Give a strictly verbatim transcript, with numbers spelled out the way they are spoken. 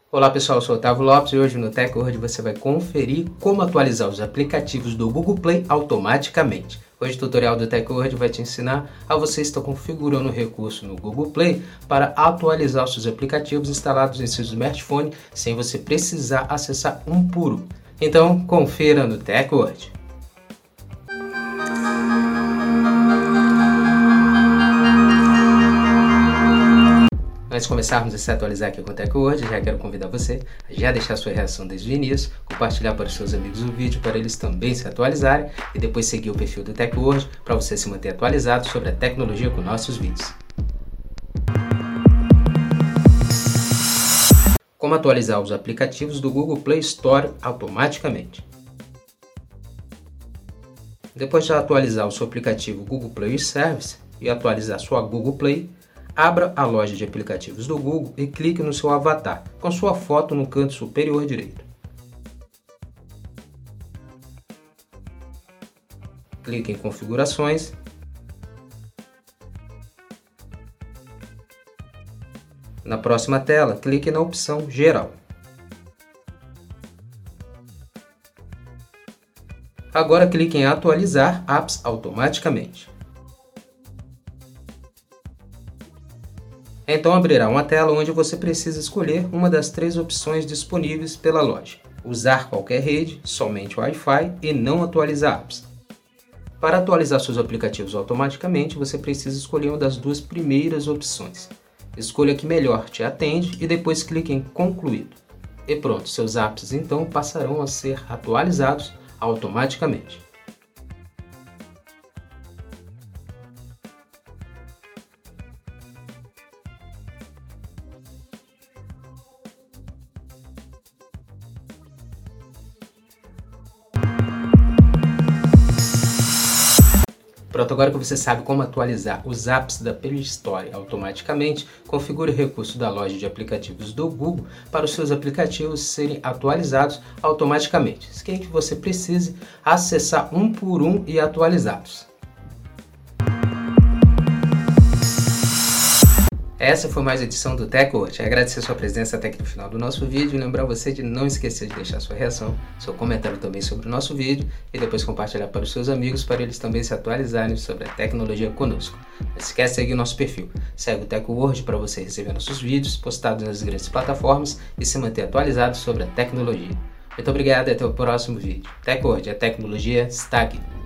Olá pessoal, eu sou Otávio Lopes e hoje no TechWord você vai conferir como atualizar os aplicativos do Google Play automaticamente. Hoje o tutorial do TechWord vai te ensinar a você estar configurando o recurso no Google Play para atualizar os seus aplicativos instalados em seu smartphone sem você precisar acessar um por um. Então confira no TechWord. Antes de começarmos a se atualizar aqui com o TechWord, já quero convidar você a já deixar sua reação desde o início, compartilhar para os seus amigos o vídeo para eles também se atualizarem e depois seguir o perfil do TechWord para você se manter atualizado sobre a tecnologia com nossos vídeos. Como atualizar os aplicativos do Google Play Store automaticamente. Depois de atualizar o seu aplicativo Google Play Service e atualizar sua Google Play, abra a loja de aplicativos do Google e clique no seu avatar, com sua foto no canto superior direito. Clique em Configurações. Na próxima tela, clique na opção Geral. Agora clique em Atualizar apps automaticamente. Então abrirá uma tela onde você precisa escolher uma das três opções disponíveis pela loja: usar qualquer rede, somente Wi-Fi e não atualizar apps. Para atualizar seus aplicativos automaticamente, você precisa escolher uma das duas primeiras opções. Escolha a que melhor te atende e depois clique em Concluído. E pronto, seus apps então passarão a ser atualizados automaticamente. Pronto, agora que você sabe como atualizar os apps da Play Store automaticamente, configure o recurso da loja de aplicativos do Google para os seus aplicativos serem atualizados automaticamente, sem que você precise acessar um por um e atualizá-los. Essa foi mais uma edição do TechWord. Agradecer sua presença até aqui no final do nosso vídeo e lembrar você de não esquecer de deixar sua reação, seu comentário também sobre o nosso vídeo e depois compartilhar para os seus amigos para eles também se atualizarem sobre a tecnologia conosco. Não esquece de seguir o nosso perfil. Segue o TechWord para você receber nossos vídeos postados nas grandes plataformas e se manter atualizado sobre a tecnologia. Muito obrigado e até o próximo vídeo. TechWord, a tecnologia está aqui.